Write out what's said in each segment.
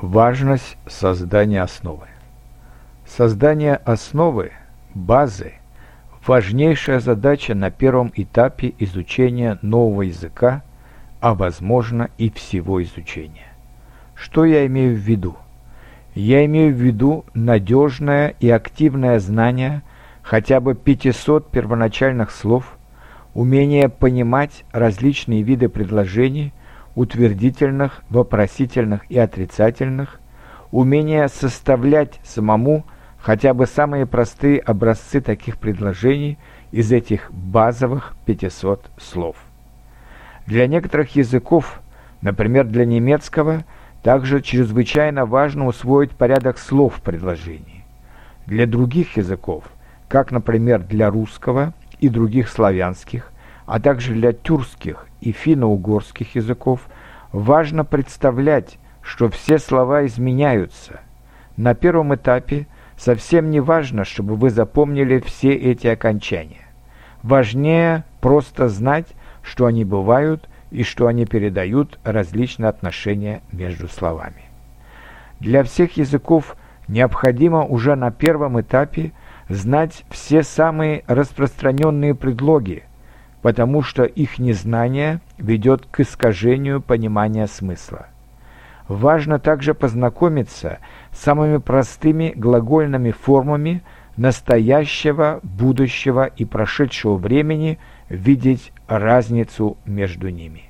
Важность создания основы. Создание основы, базы – важнейшая задача на первом этапе изучения нового языка, а возможно и всего изучения. Что я имею в виду? Я имею в виду надежное и активное знание хотя бы 500 первоначальных слов, умение понимать различные виды предложений, утвердительных, вопросительных и отрицательных, умение составлять самому хотя бы самые простые образцы таких предложений из этих базовых 500 слов. Для некоторых языков, например, для немецкого, также чрезвычайно важно усвоить порядок слов в предложении. Для других языков, как, например, для русского и других славянских, а также для тюркских и финно-угорских языков, важно представлять, что все слова изменяются. На первом этапе совсем не важно, чтобы вы запомнили все эти окончания. Важнее просто знать, что они бывают и что они передают различные отношения между словами. Для всех языков необходимо уже на первом этапе знать все самые распространенные предлоги, потому что их незнание ведет к искажению понимания смысла. Важно также познакомиться с самыми простыми глагольными формами настоящего, будущего и прошедшего времени, видеть разницу между ними.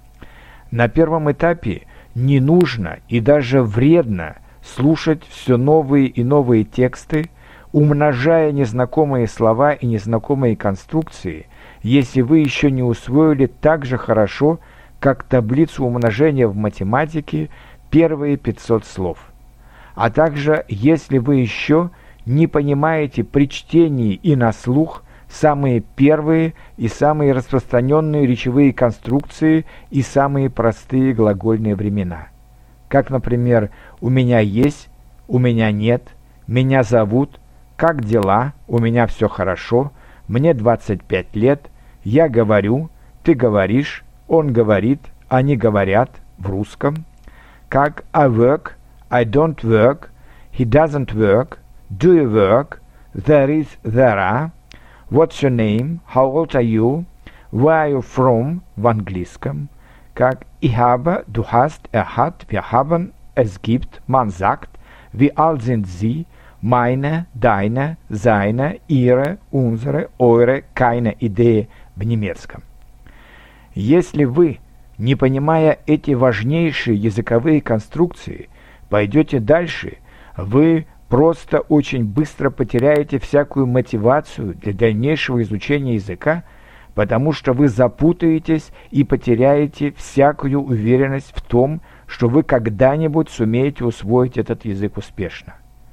На первом этапе не нужно и даже вредно слушать все новые и новые тексты, умножая незнакомые слова и незнакомые конструкции, если вы еще не усвоили так же хорошо, как таблицу умножения в математике первые 500 слов. А также, если вы еще не понимаете при чтении и на слух самые первые и самые распространенные речевые конструкции и самые простые глагольные времена. Как, например, «у меня есть», «у меня нет», «меня зовут», «как дела», «у меня все хорошо», «мне 25 лет», «я говорю», «ты говоришь», «он говорит», «они говорят» в русском, как «I work», «I don't work», «he doesn't work», «do you work», «there is», «there are», «what's your name», «how old are you», «where are you from» в английском, как «ich habe», «du hast», «er hat», «wir haben», «es gibt», «man sagt», «wie alt sind Sie», «meine», «deine», «seine», «ihre», «unsere», «eure», «keine Idee» в немецком. Если вы, не понимая эти важнейшие языковые конструкции, пойдете дальше, вы просто очень быстро потеряете всякую мотивацию для дальнейшего изучения языка, потому что вы запутаетесь и потеряете всякую уверенность в том, что вы когда-нибудь сумеете усвоить этот язык успешно.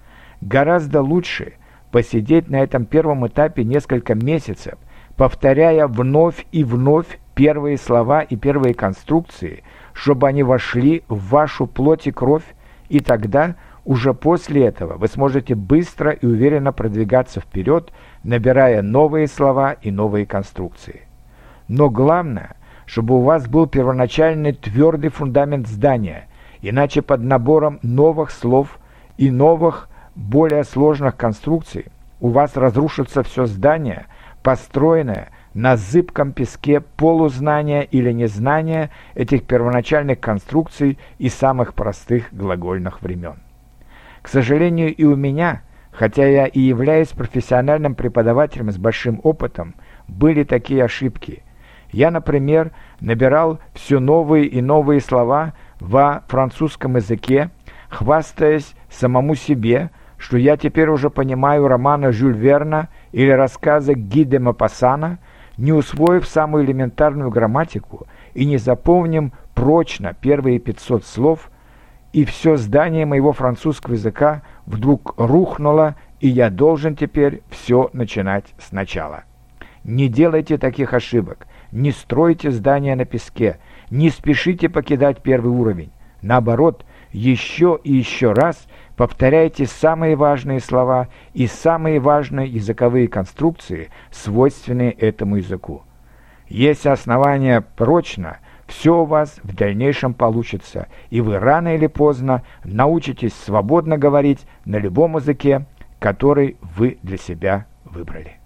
Гораздо лучше посидеть на этом первом этапе несколько месяцев, повторяя вновь и вновь первые слова и первые конструкции, чтобы они вошли в вашу плоть и кровь, и тогда, уже после этого, вы сможете быстро и уверенно продвигаться вперед, набирая новые слова и новые конструкции. Но главное, чтобы у вас был первоначальный твердый фундамент здания, иначе под набором новых слов и новых, более сложных конструкций у вас разрушится все здание, построенное на зыбком песке полузнания или незнания этих первоначальных конструкций и самых простых глагольных времен. К сожалению, и у меня, хотя я и являюсь профессиональным преподавателем с большим опытом, были такие ошибки. Я, например, набирал все новые и новые слова во французском языке, хвастаясь самому себе, что я теперь уже понимаю романы Жюль Верна или рассказы Ги де Мопассана, не усвоив самую элементарную грамматику и не запомнив прочно первые 500 слов, и все здание моего французского языка вдруг рухнуло, и я должен теперь все начинать сначала. Не делайте таких ошибок, не стройте здания на песке, не спешите покидать первый уровень. Наоборот, еще и еще раз повторяйте самые важные слова и самые важные языковые конструкции, свойственные этому языку. Если основание прочно, все у вас в дальнейшем получится, и вы рано или поздно научитесь свободно говорить на любом языке, который вы для себя выбрали.